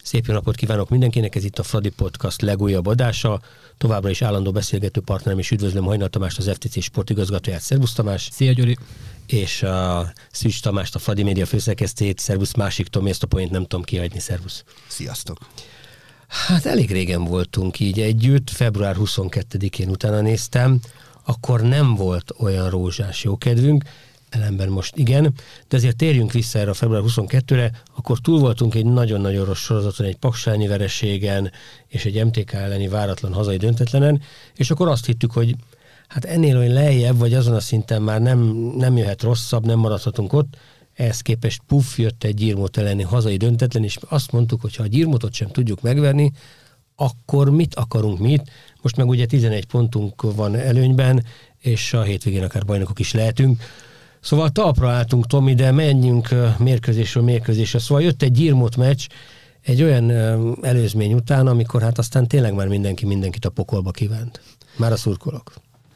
Szép jó napot kívánok mindenkinek, ez itt a Fradi Podcast legújabb adása. Továbbra is állandó beszélgető partnerem, és üdvözlöm Hajnal Tamást, az FTC sportigazgatóját. Szervusz Tamás! Szia Gyuri! És a Szűcs Tamást, a Fradi Média főszerkesztőjét. Szervusz, másik Tomi, ezt a poént nem tudom kihagyni. Szervusz! Sziasztok! Hát elég régen voltunk így együtt, február 22-én utána néztem, akkor nem volt olyan rózsás jókedvünk, ellenben most igen, de azért térjünk vissza erre a február 22-re, akkor túl voltunk egy nagyon-nagyon rossz sorozaton, egy paksányi vereségen, és egy MTK elleni váratlan hazai döntetlenen, és akkor azt hittük, hogy hát ennél olyan lejjebb, vagy azon a szinten már nem jöhet rosszabb, nem maradhatunk ott, ehhez képest jött egy Gyirmót elleni hazai döntetlen, és azt mondtuk, hogy ha a Gyirmótot sem tudjuk megverni, akkor mit akarunk mit? Most meg ugye 11 pontunk van előnyben, és a hétvégén akár bajnokok is lehetünk. Szóval talpra álltunk, Tomi, de menjünk mérkőzésről mérkőzésre. Szóval jött egy Gyirmót meccs, egy olyan előzmény után, amikor hát aztán tényleg már mindenkit a pokolba kívánt. Már a szurkolók.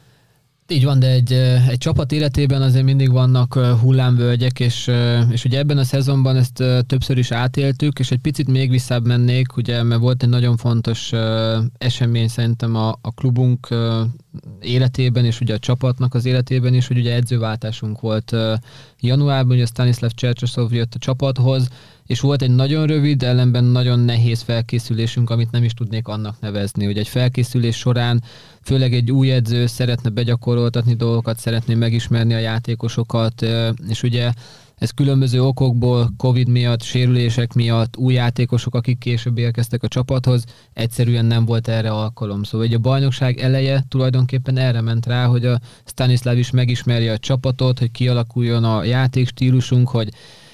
Így van, de egy csapat életében azért mindig vannak hullámvölgyek, és ugye ebben a szezonban ezt többször is átéltük, és egy picit még visszább mennék, ugye, mert volt egy nagyon fontos esemény szerintem a klubunk életében, és ugye a csapatnak az életében is, hogy ugye edzőváltásunk volt januárban, ugye Stanislav Cherchesov jött a csapathoz, és volt egy nagyon rövid, ellenben nagyon nehéz felkészülésünk, amit nem is tudnék annak nevezni, hogy egy felkészülés során főleg egy új edző szeretne begyakoroltatni dolgokat, szeretné megismerni a játékosokat, és ugye ez különböző okokból, Covid miatt, sérülések miatt, új játékosok, akik később érkeztek a csapathoz, egyszerűen nem volt erre alkalom. Szóval a bajnokság eleje tulajdonképpen erre ment rá, hogy a Stanislav is megismerje a csapatot, hogy kialakuljon a játékstílusunk, hogy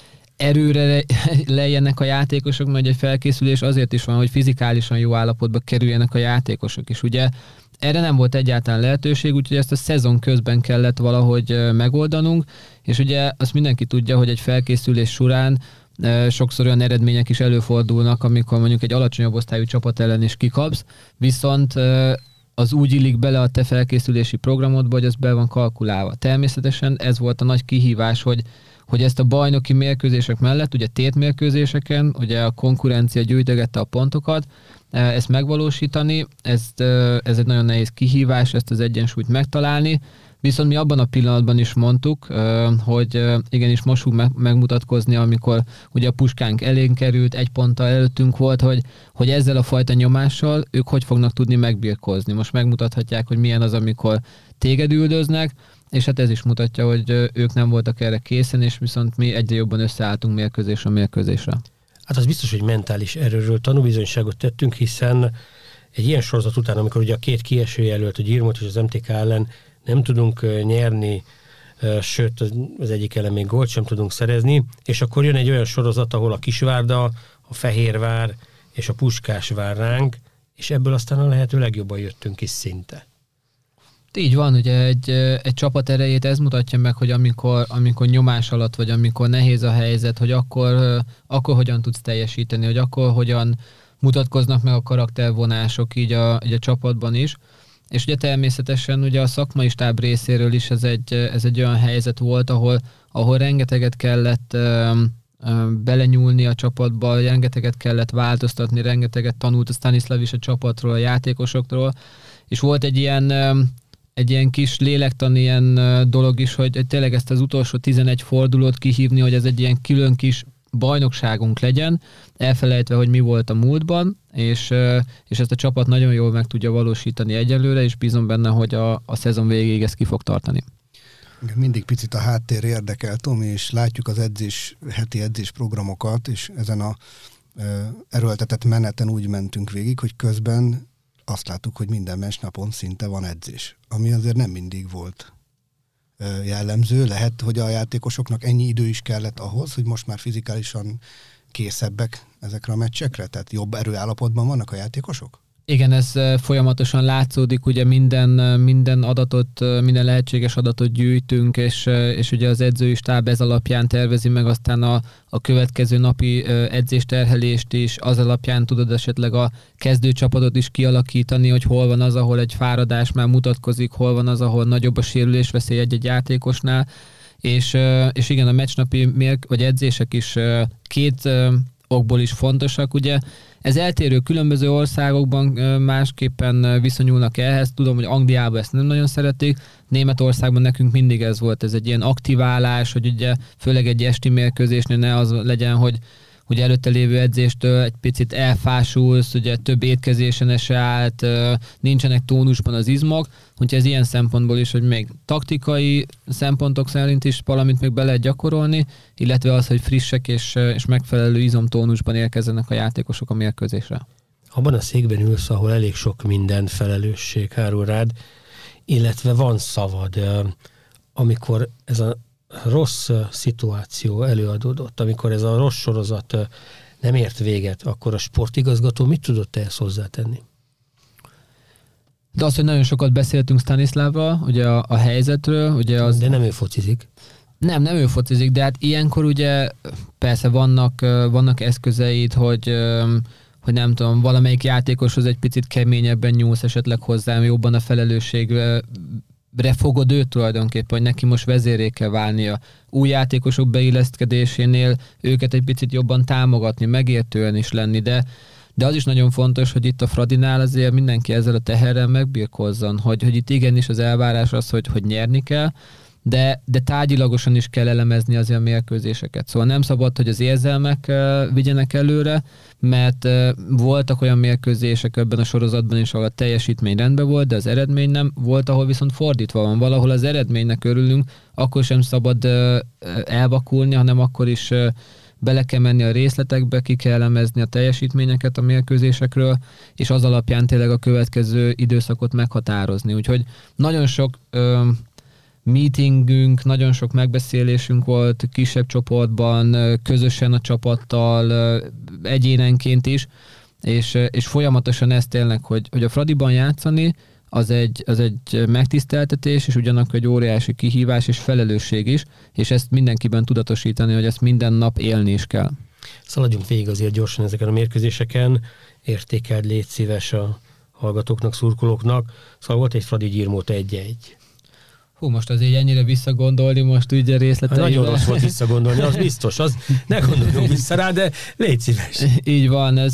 erőre lejjenek a játékosok, mert egy felkészülés azért is van, hogy fizikálisan jó állapotba kerüljenek a játékosok. És ugye erre nem volt egyáltalán lehetőség, úgyhogy ezt a szezon közben kellett valahogy megoldanunk, és ugye azt mindenki tudja, hogy egy felkészülés során sokszor olyan eredmények is előfordulnak, amikor mondjuk egy alacsonyabb osztályú csapat ellen is kikapsz, viszont az úgy illik bele a te felkészülési programodba, hogy az be van kalkulálva. Természetesen ez volt a nagy kihívás, hogy ezt a bajnoki mérkőzések mellett, ugye tétmérkőzéseken, ugye a konkurencia gyűjtögette a pontokat, ezt megvalósítani, ez egy nagyon nehéz kihívás, ezt az egyensúlyt megtalálni, viszont mi abban a pillanatban is mondtuk, hogy igenis most fog megmutatkozni, amikor ugye a puskánk elénk került, egy ponttal előttünk volt, hogy ezzel a fajta nyomással ők hogy fognak tudni megbirkózni. Most megmutathatják, hogy milyen az, amikor téged üldöznek, és hát ez is mutatja, hogy ők nem voltak erre készen, és viszont mi egyre jobban összeálltunk mérkőzésről mérkőzésre. Hát az biztos, hogy mentális erőről tanúbizonyságot tettünk, hiszen egy ilyen sorozat után, amikor ugye a két kieső jelölt, a Gyirmót és az MTK ellen nem tudunk nyerni, sőt az egyik ellen még gólt sem tudunk szerezni, és akkor jön egy olyan sorozat, ahol a Kisvárda, a Fehérvár és a Puskás vár ránk, és ebből aztán a lehető legjobban jöttünk is szinte. Így van, ugye egy csapat erejét ez mutatja meg, hogy amikor nyomás alatt vagy, amikor nehéz a helyzet, hogy akkor hogyan tudsz teljesíteni, hogy akkor hogyan mutatkoznak meg a karaktervonások így a csapatban is. És ugye természetesen ugye a szakmai stáb részéről is ez egy olyan helyzet volt, ahol rengeteget kellett belenyúlni a csapatba, rengeteget kellett változtatni, rengeteget tanult a Stanislav is a csapatról, a játékosoktól, és volt egy ilyen kis lélektani ilyen dolog is, hogy tényleg ezt az utolsó 11 fordulót kihívni, hogy ez egy ilyen külön kis bajnokságunk legyen, elfelejtve, hogy mi volt a múltban, és ezt a csapat nagyon jól meg tudja valósítani egyelőre, és bízom benne, hogy a szezon végéig ezt ki fog tartani. Mindig picit a háttér érdekel, Tomi, és látjuk az heti edzésprogramokat, és ezen a erőltetett meneten úgy mentünk végig, hogy közben azt láttuk, hogy minden meccsnapon szinte van edzés, ami azért nem mindig volt jellemző. Lehet, hogy a játékosoknak ennyi idő is kellett ahhoz, hogy most már fizikálisan készebbek ezekre a meccsekre? Tehát jobb erőállapotban vannak a játékosok? Igen, ez folyamatosan látszódik, ugye minden adatot, minden lehetséges adatot gyűjtünk, és ugye az edzői stáb ez alapján tervezi meg aztán a következő napi edzésterhelést is, az alapján tudod esetleg a kezdőcsapatot is kialakítani, hogy hol van az, ahol egy fáradás már mutatkozik, hol van az, ahol nagyobb a sérülésveszély egy játékosnál, és igen, a meccsnapi vagy edzések is két okból is fontosak. Ugye ez eltérő, különböző országokban másképpen viszonyulnak ehhez. Tudom, hogy Angliában ezt nem nagyon szeretik, Németországban nekünk mindig ez volt, ez egy ilyen aktiválás, hogy ugye főleg egy esti mérkőzésnél ne az legyen, hogy előtte lévő edzéstől egy picit elfásulsz, ugye több étkezésen esett át, nincsenek tónusban az izmok, úgyhogy ez ilyen szempontból is, hogy még taktikai szempontok szerint is valamit még be lehet gyakorolni, illetve az, hogy frissek és megfelelő izomtónusban érkezzenek a játékosok a mérkőzésre. Abban a székben ülsz, ahol elég sok minden felelősség hárul rád, illetve van szavad, amikor ez a rossz szituáció előadódott, amikor ez a rossz sorozat nem ért véget, akkor a sportigazgató mit tudott ehhez hozzátenni? De az, hogy nagyon sokat beszéltünk Stanislavval, ugye a helyzetről, ugye az... De nem ő focizik. Nem ő focizik, de hát ilyenkor ugye persze vannak eszközeid, hogy nem tudom, valamelyik játékoshoz egy picit keményebben nyúlsz esetleg hozzám, jobban a felelősségre fogod őt tulajdonképpen, hogy neki most vezérré kell válnia. Új játékosok beilleszkedésénél őket egy picit jobban támogatni, megértően is lenni, de az is nagyon fontos, hogy itt a Fradinál azért mindenki ezzel a teherrel megbirkózzon, hogy itt igenis az elvárás az, hogy nyerni kell, de tárgyilagosan is kell elemezni azért a mérkőzéseket. Szóval nem szabad, hogy az érzelmek vigyenek előre, mert voltak olyan mérkőzések ebben a sorozatban is, ahol a teljesítmény rendben volt, de az eredmény nem volt, ahol viszont fordítva van. Valahol az eredménynek örülünk, akkor sem szabad elvakulni, hanem akkor is bele kell menni a részletekbe, ki kell elemezni a teljesítményeket a mérkőzésekről, és az alapján tényleg a következő időszakot meghatározni. Úgyhogy nagyon sok meetingünk, nagyon sok megbeszélésünk volt kisebb csoportban, közösen a csapattal, egyénenként is, és folyamatosan ez tényleg, hogy a Fradiban játszani, az egy megtiszteltetés, és ugyanakkor egy óriási kihívás és felelősség is, és ezt mindenkiben tudatosítani, hogy ezt minden nap élni is kell. Szaladjunk végig azért gyorsan ezeken a mérkőzéseken, értékeld, légy szíves a hallgatóknak, szurkolóknak. Szóval volt egy Fradi Gyirmót 1-1. Hú, most azért ennyire visszagondolni, most ugye részleteiben. Nagyon rossz volt visszagondolni, az biztos, az ne gondoljunk vissza rá, de légy szíves. Így van, ez,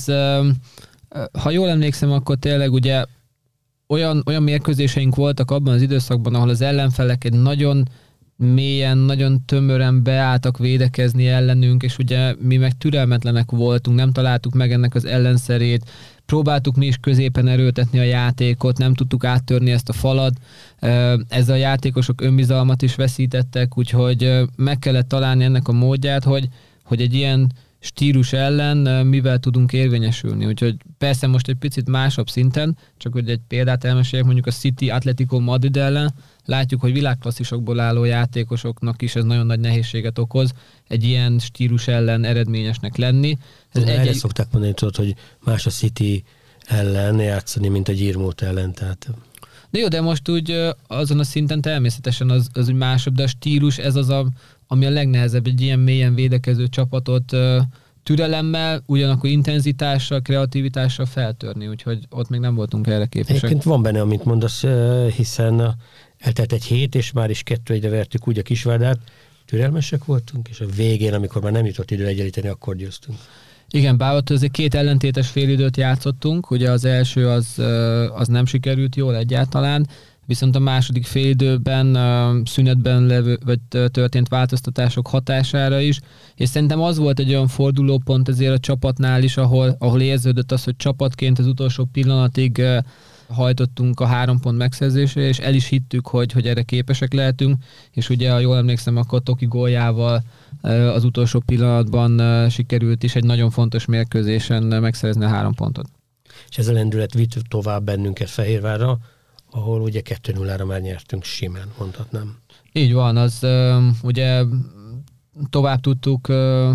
ha jól emlékszem, akkor tényleg ugye olyan mérkőzéseink voltak abban az időszakban, ahol az ellenfelek egy nagyon mélyen, nagyon tömören beálltak védekezni ellenünk, és ugye mi meg türelmetlenek voltunk, nem találtuk meg ennek az ellenszerét, próbáltuk mi is középen erőltetni a játékot, nem tudtuk áttörni ezt a falat, ezzel a játékosok önbizalmat is veszítettek, úgyhogy meg kellett találni ennek a módját, hogy egy ilyen stílus ellen mivel tudunk érvényesülni. Úgyhogy persze most egy picit másabb szinten, csak hogy egy példát elmeséljek, mondjuk a City Atletico Madrid ellen, látjuk, hogy világklasszisokból álló játékosoknak is ez nagyon nagy nehézséget okoz, egy ilyen stílus ellen eredményesnek lenni. Erre szokták mondani, tudod, hogy más a City ellen játszani, mint a Gyirmót ellen, tehát... De jó, de most úgy azon a szinten természetesen az úgy másabb, de a stílus ez az, ami a legnehezebb, egy ilyen mélyen védekező csapatot türelemmel, ugyanakkor intenzitással, kreativitással feltörni, úgyhogy ott még nem voltunk erre képesek. Egyébként van benne, amit mondasz, hiszen eltelt egy hét, és már is 2-1-re vertük úgy a Kisvárdát, türelmesek voltunk, és a végén, amikor már nem jutott idő egyenlíteni, akkor győztünk. Igen, bár ott azért két ellentétes félidőt játszottunk, ugye az első az nem sikerült jól egyáltalán, viszont a második félidőben szünetben vagy történt változtatások hatására is, és szerintem az volt egy olyan fordulópont ezért a csapatnál is, ahol érződött az, hogy csapatként az utolsó pillanatig hajtottunk a 3 pont megszerzésére, és el is hittük, hogy erre képesek lehetünk, és ugye, ha jól emlékszem, akkor Toki góljával az utolsó pillanatban sikerült is egy nagyon fontos mérkőzésen megszerezni a 3 pontot. És ez a lendület vitt tovább bennünket Fehérvárra, ahol ugye 2-0-ra már nyertünk simán, mondhatnám. Így van, az ugye tovább tudtuk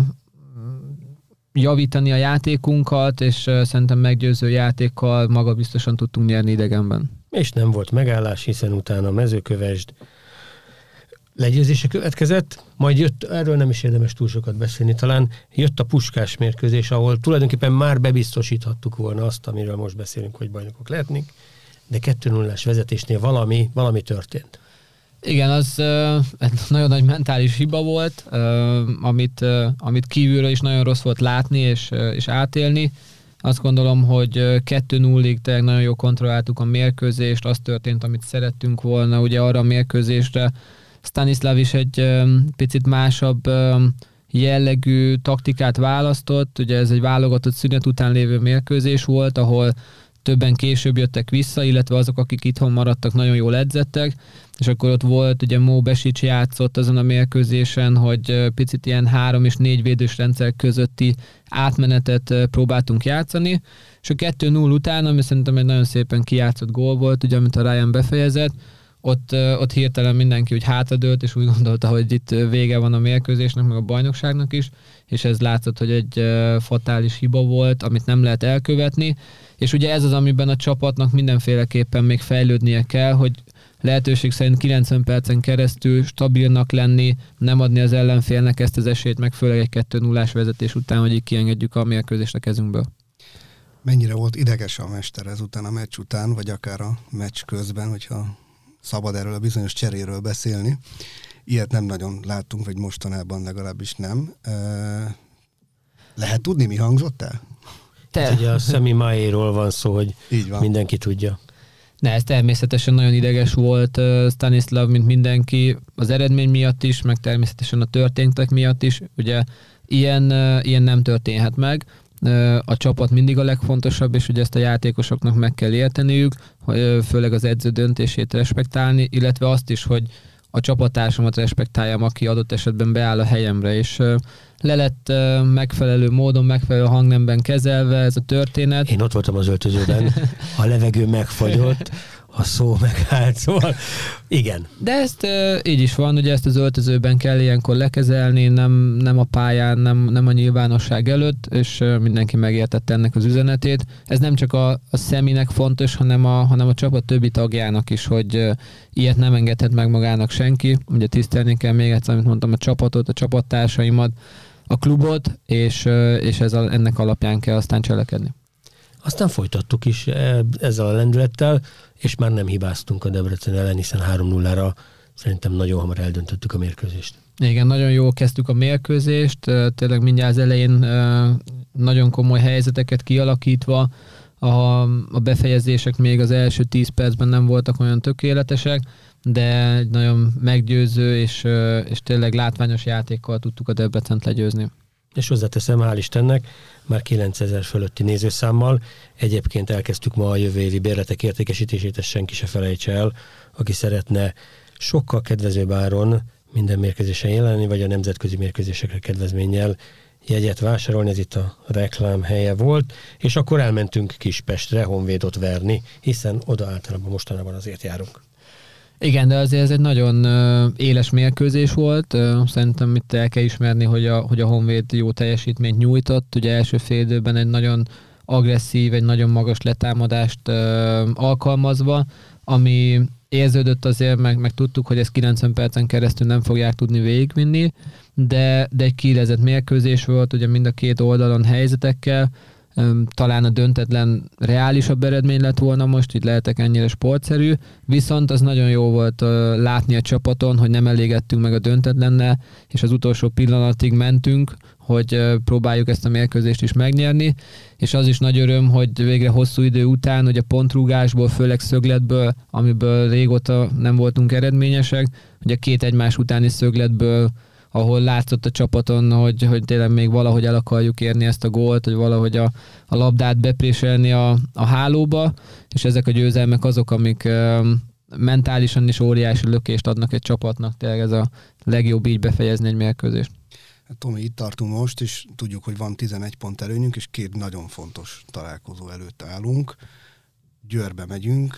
javítani a játékunkat, és szerintem meggyőző játékkal magabiztosan tudtunk nyerni idegenben. És nem volt megállás, hiszen utána a Mezőkövesd legyőzése következett, majd jött, erről nem is érdemes túl sokat beszélni, talán jött a Puskás mérkőzés, ahol tulajdonképpen már bebiztosíthattuk volna azt, amiről most beszélünk, hogy bajnokok lehetnénk, de 2-0-ás vezetésnél valami történt. Igen, az egy nagyon nagy mentális hiba volt, amit kívülről is nagyon rossz volt látni és átélni. Azt gondolom, hogy 2-0-ig tényleg nagyon jól kontrolláltuk a mérkőzést, az történt, amit szerettünk volna, ugye arra a mérkőzésre. Stanislav is egy picit másabb jellegű taktikát választott, ugye ez egy válogatott szünet után lévő mérkőzés volt, ahol többen később jöttek vissza, illetve azok, akik itthon maradtak, nagyon jól edzettek, és akkor ott volt, ugye Mo Besic játszott azon a mérkőzésen, hogy picit ilyen 3 és 4 védős rendszer közötti átmenetet próbáltunk játszani, és a 2-0 után, ami szerintem egy nagyon szépen kijátszott gól volt, ugye amit a Ryan befejezett, ott hirtelen mindenki úgy hátradőlt, és úgy gondolta, hogy itt vége van a mérkőzésnek, meg a bajnokságnak is, és ez látszott, hogy egy fatális hiba volt, amit nem lehet elkövetni, és ugye ez az, amiben a csapatnak mindenféleképpen még fejlődnie kell, hogy lehetőség szerint 90 percen keresztül stabilnak lenni, nem adni az ellenfélnek ezt az esélyt, meg főleg egy 2-0-ás vezetés után, hogy így kiengedjük a mérkőzést a kezünkből. Mennyire volt ideges a mester ezután, a meccs után, vagy akár a meccs közben, hogyha szabad erről a bizonyos cseréről beszélni. Ilyet nem nagyon láttunk, vagy mostanában legalábbis nem. Lehet tudni, mi hangzott el? Ugye a Semi Maéról van szó, hogy van. Mindenki tudja. Ne, ez természetesen nagyon ideges volt Stanislav, mint mindenki, az eredmény miatt is, meg természetesen a történtek miatt is. Ugye ilyen nem történhet meg. A csapat mindig a legfontosabb, és ugye ezt a játékosoknak meg kell érteniük, főleg az edző döntését respektálni, illetve azt is, hogy a csapattársamat respektáljam, aki adott esetben beáll a helyemre, és le lett megfelelő módon, megfelelő hangnemben kezelve ez a történet. Én ott voltam az öltözőben, a levegő megfagyott, a szó megállt, szóval igen. De ezt így is van, ugye ezt az öltözőben kell ilyenkor lekezelni, nem a pályán, nem a nyilvánosság előtt, és mindenki megértette ennek az üzenetét. Ez nem csak a Seminek fontos, hanem a csapat többi tagjának is, hogy ilyet nem engedhet meg magának senki. Ugye tisztelni kell még egyszer, amit mondtam, a csapatot, a csapattársaimat, a klubot, és ennek alapján kell aztán cselekedni. Aztán folytattuk is ezzel a lendülettel, és már nem hibáztunk a Debrecen ellen, hiszen 3-0-ra szerintem nagyon hamar eldöntöttük a mérkőzést. Igen, nagyon jól kezdtük a mérkőzést, tényleg mindjárt az elején nagyon komoly helyzeteket kialakítva, a befejezések még az első 10 percben nem voltak olyan tökéletesek, de egy nagyon meggyőző és tényleg látványos játékkal tudtuk a Debrecent legyőzni. És hozzáteszem, hál' Istennek, már 9000 fölötti nézőszámmal. Egyébként elkezdtük ma a jövő évi bérletek értékesítését, ezt senki se felejtse el, aki szeretne sokkal kedvezőbb áron minden mérkőzésen jelenni, vagy a nemzetközi mérkőzésekre kedvezménnyel jegyet vásárolni, ez itt a reklám helye volt, és akkor elmentünk Kispestre Honvédot verni, hiszen oda általában mostanában azért járunk. Igen, de azért ez egy nagyon éles mérkőzés volt. Szerintem itt el kell ismerni, hogy a Honvéd jó teljesítményt nyújtott. Ugye első fél időben egy nagyon agresszív, egy nagyon magas letámadást alkalmazva, ami érződött azért, meg tudtuk, hogy ezt 90 percen keresztül nem fogják tudni végigvinni, de egy kiélezett mérkőzés volt, ugye mind a két oldalon helyzetekkel, talán a döntetlen reálisabb eredmény lett volna most, így lehetek ennyire sportszerű, viszont az nagyon jó volt látni a csapaton, hogy nem elégettünk meg a döntetlennel, és az utolsó pillanatig mentünk, hogy próbáljuk ezt a mérkőzést is megnyerni, és az is nagy öröm, hogy végre hosszú idő után, hogy a pontrúgásból, főleg szögletből, amiből régóta nem voltunk eredményesek, ugye 2 egymás utáni szögletből, ahol látszott a csapaton, hogy tényleg még valahogy el akarjuk érni ezt a gólt, hogy valahogy a labdát bepréselni a hálóba, és ezek a győzelmek azok, amik mentálisan is óriási lökést adnak egy csapatnak, tényleg ez a legjobb így befejezni egy mérkőzést. Tomi, itt tartunk most, és tudjuk, hogy van 11 pont előnyünk, és 2 nagyon fontos találkozó előtt állunk. Győrbe megyünk,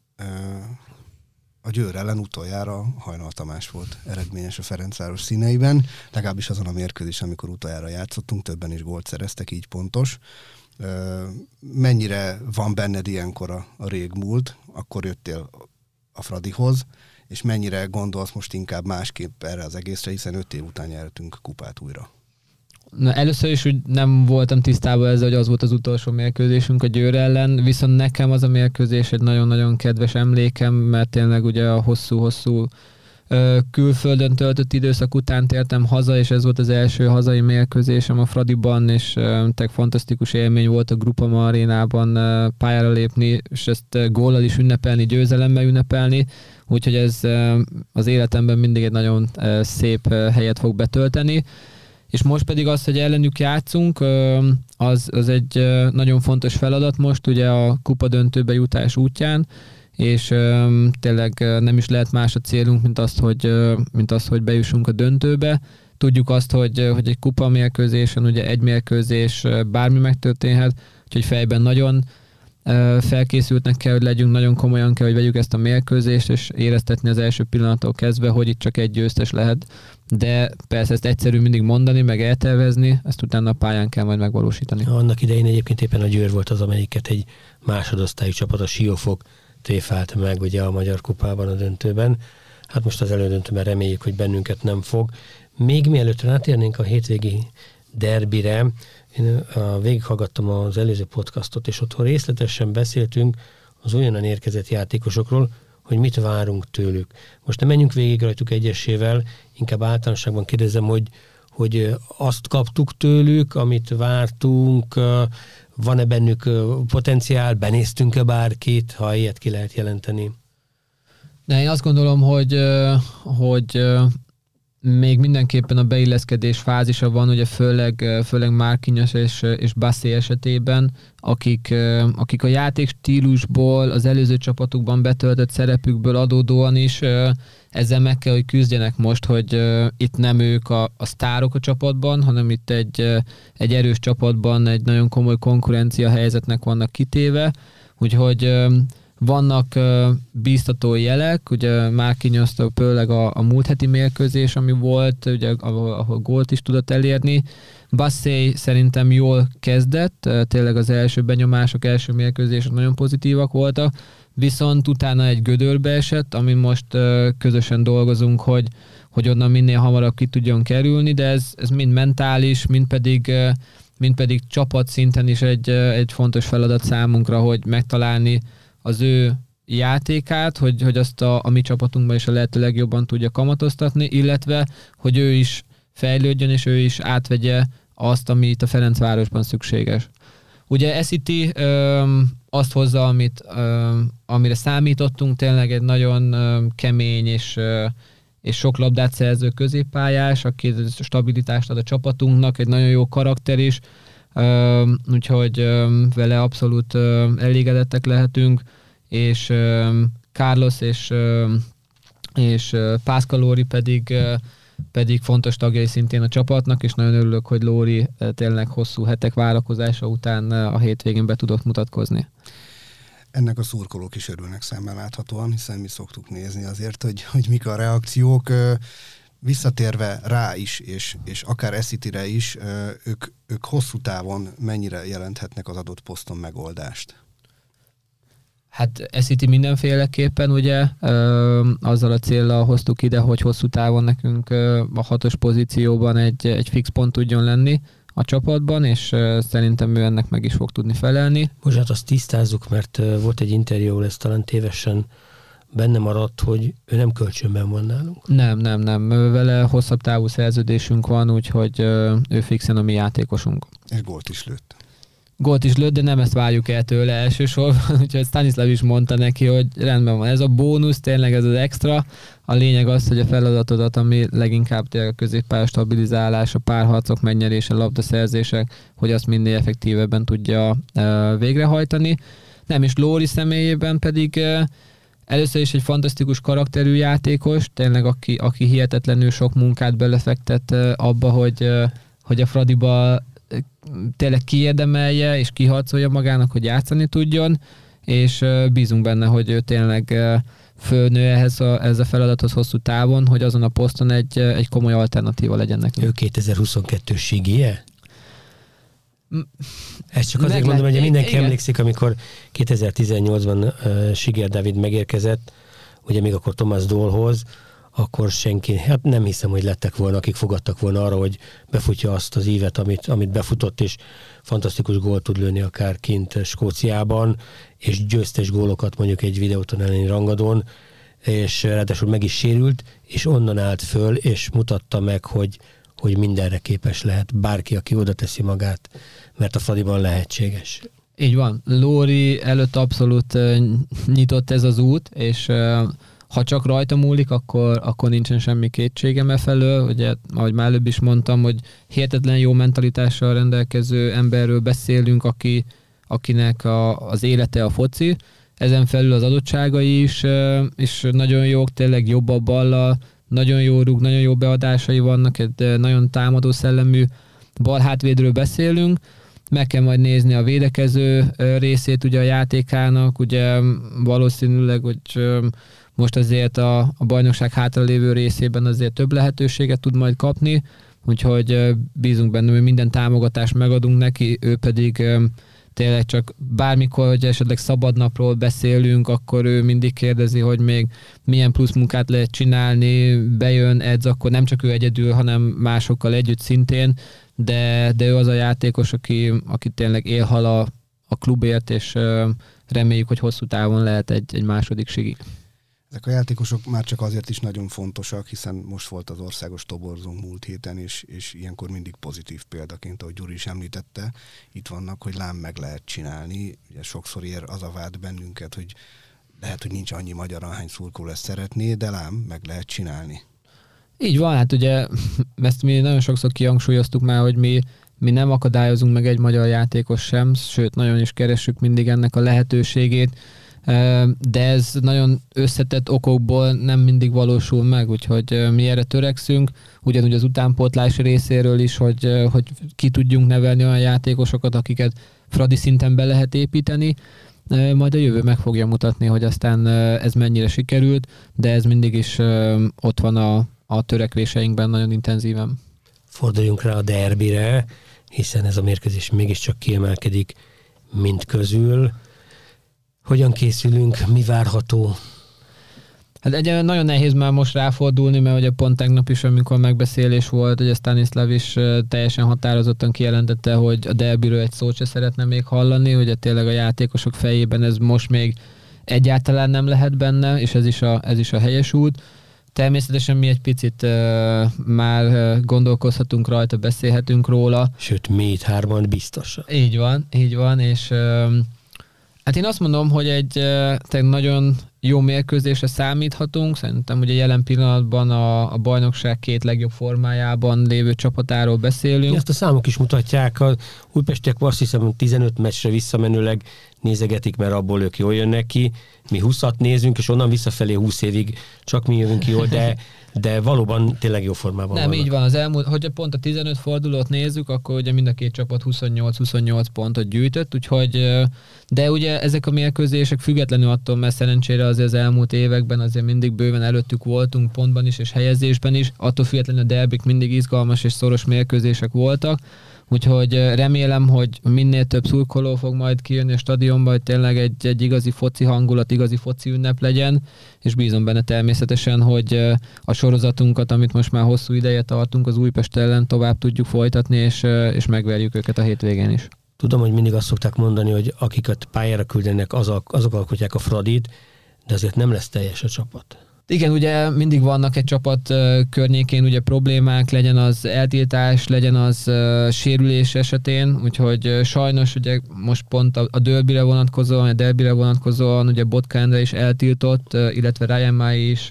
a Győr ellen utoljára Hajnal Tamás volt eredményes a Ferencváros színeiben, legalábbis azon a mérkőzésen, amikor utoljára játszottunk, többen is gólt szereztek, így pontos. Mennyire van benned ilyenkor a régmúlt, akkor jöttél a Fradihoz, és mennyire gondolsz most inkább másképp erre az egészre, hiszen 5 év után nyertünk kupát újra? Na, először is úgy nem voltam tisztában ezzel, hogy az volt az utolsó mérkőzésünk a Győr ellen, viszont nekem az a mérkőzés egy nagyon-nagyon kedves emlékem, mert tényleg ugye a hosszú-hosszú külföldön töltött időszak után tértem haza, és ez volt az első hazai mérkőzésem a Fradiban, és tényleg fantasztikus élmény volt a Groupama arénában pályára lépni, és ezt góllal is ünnepelni, győzelemmel ünnepelni, úgyhogy ez az életemben mindig egy nagyon szép helyet fog betölteni. És most pedig az, hogy ellenük játszunk, az egy nagyon fontos feladat most, ugye a kupa döntőbe jutás útján, és tényleg nem is lehet más a célunk, mint azt, hogy bejussunk a döntőbe. Tudjuk azt, hogy egy kupa mérkőzésen, ugye egy mérkőzés bármi megtörténhet, úgyhogy fejben nagyon felkészültnek kell, hogy legyünk, nagyon komolyan kell, hogy vegyük ezt a mérkőzést, és éreztetni az első pillanattól kezdve, hogy itt csak egy győztes lehet. De persze ezt egyszerű mindig mondani, meg eltervezni, ezt utána a pályán kell majd megvalósítani. Annak idején egyébként éppen a Győr volt az, amelyiket egy másodosztályú csapat, a Siófok tréfált meg ugye a Magyar Kupában a döntőben. Hát most az elődöntőben reméljük, hogy bennünket nem fog. Még mielőtt rátérnénk a hétvégi derbire, én végighallgattam az előző podcastot, és otthon részletesen beszéltünk az olyanan érkezett játékosokról, hogy mit várunk tőlük. Most nem menjünk végig rajtuk egyesével, inkább általánosságban kérdezem, hogy azt kaptuk tőlük, amit vártunk, van-e bennük potenciál, benéztünk-e bárkit, ha ilyet ki lehet jelenteni? De én azt gondolom, hogy még mindenképpen a beilleszkedés fázisa van, ugye főleg Marquinhos és Bassé esetében, akik a játékstílusból, az előző csapatukban betöltött szerepükből adódóan is ezzel meg kell, hogy küzdjenek most, hogy itt nem ők a sztárok a csapatban, hanem itt egy erős csapatban egy nagyon komoly konkurencia helyzetnek vannak kitéve, úgyhogy vannak bíztató jelek, ugye Marquinhostól főleg a múlt heti mérkőzés, ami volt, ugye, ahol gólt is tudott elérni. Bassé szerintem jól kezdett, tényleg az első benyomások, első mérkőzések nagyon pozitívak voltak, viszont utána egy gödörbe esett, amin most közösen dolgozunk, hogy onnan minél hamarabb ki tudjon kerülni, de ez mind mentális, mind pedig csapatszinten is egy fontos feladat számunkra, hogy megtalálni az ő játékát, hogy azt a mi csapatunkban is a lehető legjobban tudja kamatoztatni, illetve, hogy ő is fejlődjön, és ő is átvegye azt, ami itt a Ferencvárosban szükséges. Ugye Esziti azt hozza, amire számítottunk, tényleg egy nagyon kemény és sok labdát szerző középpályás, aki stabilitást ad a csapatunknak, egy nagyon jó karakter is, úgyhogy vele abszolút elégedettek lehetünk, és Carlos és Pászka Lóri pedig fontos tagjai szintén a csapatnak, és nagyon örülök, hogy Lóri tényleg hosszú hetek várakozása után a hétvégén be tudott mutatkozni. Ennek a szurkolók is örülnek szemmel láthatóan, hiszen mi szoktuk nézni azért, hogy mik a reakciók. Visszatérve rá is, és akár Eszitire is, ők hosszú távon mennyire jelenthetnek az adott poszton megoldást? Hát Esziti mindenféleképpen, ugye, azzal a céllal hoztuk ide, hogy hosszú távon nekünk a 6-os pozícióban egy fix pont tudjon lenni a csapatban, és szerintem ő ennek meg is fog tudni felelni. Most hát azt tisztázzuk, mert volt egy interjú, ez talán tévesen benne maradt, hogy ő nem kölcsönben van nálunk. Nem. Vele hosszabb távú szerződésünk van, úgyhogy ő fixen a mi játékosunk. És gólt is lőtt. Gólt is lőtt, de nem ezt várjuk el tőle elsősorban, úgyhogy Stanislav is mondta neki, hogy rendben van, ez a bónusz, tényleg ez az extra. A lényeg az, hogy a feladatodat, ami leginkább tényleg a középpálya stabilizálás, a párharcok megnyerése, labdaszerzések, hogy azt minél effektívebben tudja végrehajtani. Nem is Lóri személyében pedig először is egy fantasztikus karakterű játékos, tényleg aki hihetetlenül sok munkát belefektet abba, hogy a Fradiba tényleg kiérdemelje és kiharcolja magának, hogy játszani tudjon, és bízunk benne, hogy ő tényleg fölnő ehhez a feladathoz hosszú távon, hogy azon a poszton egy komoly alternatíva legyen nekünk. Ő 2022-s Sigéje? Ezt csak azért mondom, hogy mindenki emlékszik, amikor 2018-ban Siger Dávid megérkezett, ugye még akkor Tomás Dolhoz, akkor senki, hát nem hiszem, hogy lettek volna, akik fogadtak volna arra, hogy befutja azt az ívet, amit befutott, és fantasztikus gólt tud lőni akár kint Skóciában, és győztes gólokat mondjuk egy videóton elleni rangadón. és ráadásul meg is sérült, és onnan állt föl, és mutatta meg, hogy mindenre képes lehet bárki, aki oda teszi magát, mert a Fradiban lehetséges. Így van. Lóri előtt abszolút nyitott ez az út, és ha csak rajta múlik, akkor nincsen semmi kétségem e felől. Ugye, ahogy már előbb is mondtam, hogy hihetetlen jó mentalitással rendelkező emberről beszélünk, akinek az élete a foci. Ezen felül az adottságai is nagyon jók, tényleg jobb a ballal, nagyon jó rúg, nagyon jó beadásai vannak, egy nagyon támadó szellemű balhátvédről beszélünk. Meg kell majd nézni a védekező részét ugye a játékának, ugye valószínűleg, hogy most azért a bajnokság hátralévő részében azért több lehetőséget tud majd kapni, úgyhogy bízunk benne, hogy minden támogatást megadunk neki, ő pedig tényleg csak bármikor, hogy esetleg szabadnapról beszélünk, akkor ő mindig kérdezi, hogy még milyen plusz munkát lehet csinálni, bejön, edz, akkor nem csak ő egyedül, hanem másokkal együtt szintén, de ő az a játékos, aki tényleg élhal a klubért, és reméljük, hogy hosszú távon lehet egy második Sigi. Ezek a játékosok már csak azért is nagyon fontosak, hiszen most volt az országos toborzónk múlt héten, és ilyenkor mindig pozitív példaként, ahogy Gyuri is említette, itt vannak, hogy lám meg lehet csinálni. Ugye sokszor ér az a vád bennünket, hogy lehet, hogy nincs annyi magyar, ahány szurkoló ezt szeretné, de lám meg lehet csinálni. Így van, hát ugye ezt mi nagyon sokszor kihangsúlyoztuk már, hogy mi nem akadályozunk meg egy magyar játékos sem, sőt, nagyon is keressük mindig ennek a lehetőségét, de ez nagyon összetett okokból nem mindig valósul meg, úgyhogy mi erre törekszünk, ugyanúgy az utánpótlás részéről is, hogy ki tudjunk nevelni olyan játékosokat, akiket fradi szinten be lehet építeni, majd a jövő meg fogja mutatni, hogy aztán ez mennyire sikerült, de ez mindig is ott van a törekvéseinkben nagyon intenzíven. Forduljunk rá a derbire, hiszen ez a mérkőzés mégiscsak kiemelkedik mind közül. Hogyan készülünk, mi várható? Hát egy nagyon nehéz már most ráfordulni, mert ugye pont tegnap is, amikor megbeszélés volt, hogy a Stanislav is teljesen határozottan kijelentette, hogy a derbiről egy szót se szeretne még hallani, ugye tényleg a játékosok fejében ez most még egyáltalán nem lehet benne, és ez is a helyes út. Természetesen mi egy picit már gondolkozhatunk rajta, beszélhetünk róla. Sőt, mi itt hárman biztosan. Így van, és hát én azt mondom, hogy egy nagyon jó mérkőzésre számíthatunk. Szerintem ugye jelen pillanatban a bajnokság két legjobb formájában lévő csapatáról beszélünk. Ezt a számok is mutatják. A újpestiek azt hiszem 15 meccsre visszamenőleg nézegetik, mert abból ők jól jönnek ki. Mi 20-at nézünk, és onnan visszafelé 20 évig csak mi jövünk ki jól, de valóban tényleg jó formában nem, vannak. Így van. Az elmúlt, hogyha pont a 15 fordulót nézzük, akkor ugye mind a két csapat 28-28 pontot gyűjtött, úgyhogy de ugye ezek a mérkőzések függetlenül attól, mert szerencsére azért az elmúlt években azért mindig bőven előttük voltunk pontban is és helyezésben is, attól függetlenül a derbik mindig izgalmas és szoros mérkőzések voltak, úgyhogy remélem, hogy minél több szurkoló fog majd kijönni a stadionba, hogy tényleg egy igazi foci hangulat, igazi foci ünnep legyen, és bízom benne természetesen, hogy a sorozatunkat, amit most már hosszú ideje tartunk, az Újpest ellen tovább tudjuk folytatni, és megverjük őket a hétvégén is. Tudom, hogy mindig azt szokták mondani, hogy akiket pályára küldenek, azok alkotják a Fradit, de azért nem lesz teljes a csapat. Igen, ugye mindig vannak egy csapat környékén ugye problémák, legyen az eltiltás, legyen az sérülés esetén, úgyhogy sajnos ugye most pont a derbire vonatkozóan ugye Botka Endre is eltiltott, illetve Ryan Mai is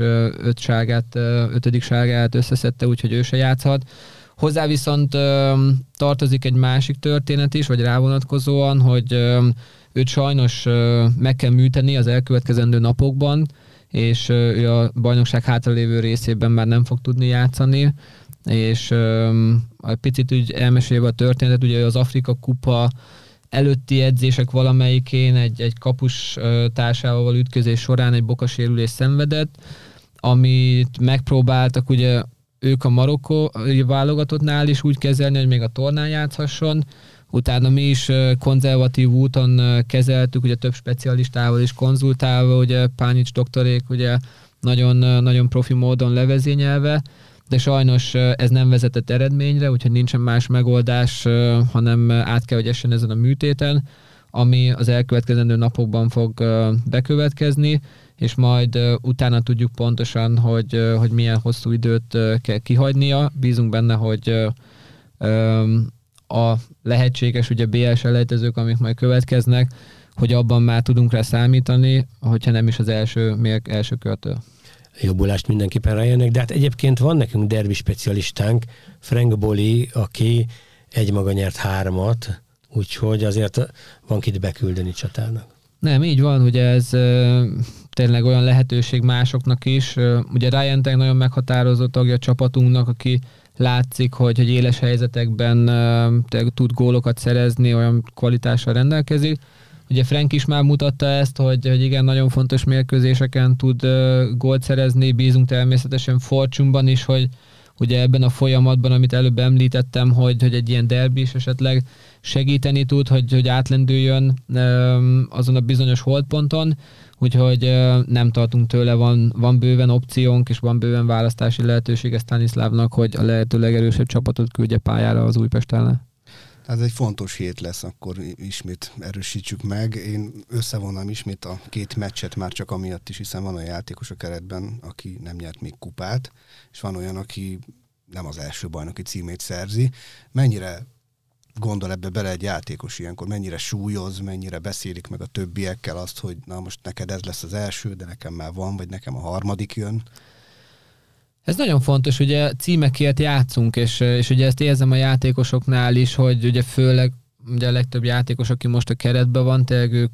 ötödik sárgát összeszedte, úgyhogy ő se játszhat. Hozzá viszont tartozik egy másik történet is, vagy rávonatkozóan, hogy őt sajnos meg kell műteni az elkövetkezendő napokban, és ő a bajnokság hátralévő részében már nem fog tudni játszani, és egy picit úgy elmesélve a történetet, ugye az Afrika kupa előtti edzések valamelyikén egy kapus társával ütközés során egy bokasérülés szenvedett, amit megpróbáltak ugye ők a marokkói válogatottnál is úgy kezelni, hogy még a tornán játszhasson. Utána mi is konzervatív úton kezeltük, ugye több specialistával is konzultálva, ugye Pánics doktorék ugye nagyon, nagyon profi módon levezényelve, de sajnos ez nem vezetett eredményre, úgyhogy nincsen más megoldás, hanem át kell, hogy essen ezen a műtéten, ami az elkövetkezendő napokban fog bekövetkezni, és majd utána tudjuk pontosan, hogy milyen hosszú időt kell kihagynia. Bízunk benne, hogy a lehetséges ugye BL selejtezők, amik majd következnek, hogy abban már tudunk rá számítani, hogyha nem is az első körtől. Jobbulást mindenképpen rájönnek, de hát egyébként van nekünk derbi specialistánk, Frank Boli, aki egymaga nyert 3, úgyhogy azért van kit beküldeni csatának. Nem, így van, ugye ez tényleg olyan lehetőség másoknak is. Ugye Ryan Tang nagyon meghatározó tagja a csapatunknak, aki látszik, hogy éles helyzetekben tud gólokat szerezni, olyan kvalitással rendelkezik. Ugye Frank is már mutatta ezt, hogy igen, nagyon fontos mérkőzéseken tud gólt szerezni, bízunk természetesen Fortune-ban is, hogy ugye ebben a folyamatban, amit előbb említettem, hogy egy ilyen derbi is esetleg segíteni tud, hogy átlendüljön azon a bizonyos holdponton, úgyhogy nem tartunk tőle, van bőven opciónk, és van bőven választási lehetősége Stanislavnak, hogy a lehető legerősebb csapatot küldje pályára az Újpest ellen. Ez egy fontos hét lesz, akkor ismét erősítsük meg. Én összevonnám ismét a 2 meccset már csak amiatt is, hiszen van olyan játékos a keretben, aki nem nyert még kupát, és van olyan, aki nem az első bajnoki címét szerzi. Mennyire gondol ebbe bele egy játékos ilyenkor, mennyire súlyoz, mennyire beszélik meg a többiekkel azt, hogy na most neked ez lesz az első, de nekem már van, vagy nekem a 3. jön. Ez nagyon fontos, ugye címekért játszunk, és ugye ezt érzem a játékosoknál is, hogy ugye főleg ugye a legtöbb játékos, aki most a keretben van, tényleg ő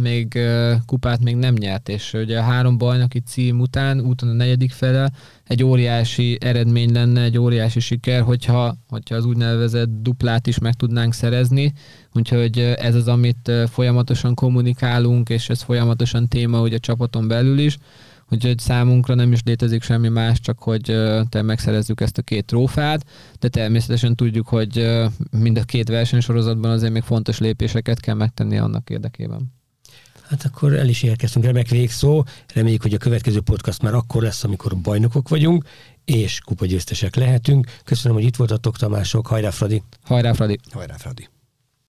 kupát még nem nyert, és ugye a 3 bajnoki cím után, úton a 4. fele egy óriási eredmény lenne, egy óriási siker, hogyha az úgynevezett duplát is meg tudnánk szerezni, úgyhogy ez az, amit folyamatosan kommunikálunk, és ez folyamatosan téma ugye a csapaton belül is, úgyhogy számunkra nem is létezik semmi más, csak hogy megszerezzük ezt a 2 trófát, de természetesen tudjuk, hogy mind a 2 versenysorozatban azért még fontos lépéseket kell megtenni annak érdekében. Hát akkor el is érkeztünk, remek végszó. Reméljük, hogy a következő podcast már akkor lesz, amikor bajnokok vagyunk, és kupagyőztesek lehetünk. Köszönöm, hogy itt voltatok, Tamások. Hajrá, Fradi! Hajrá, Fradi! Hajrá, Fradi!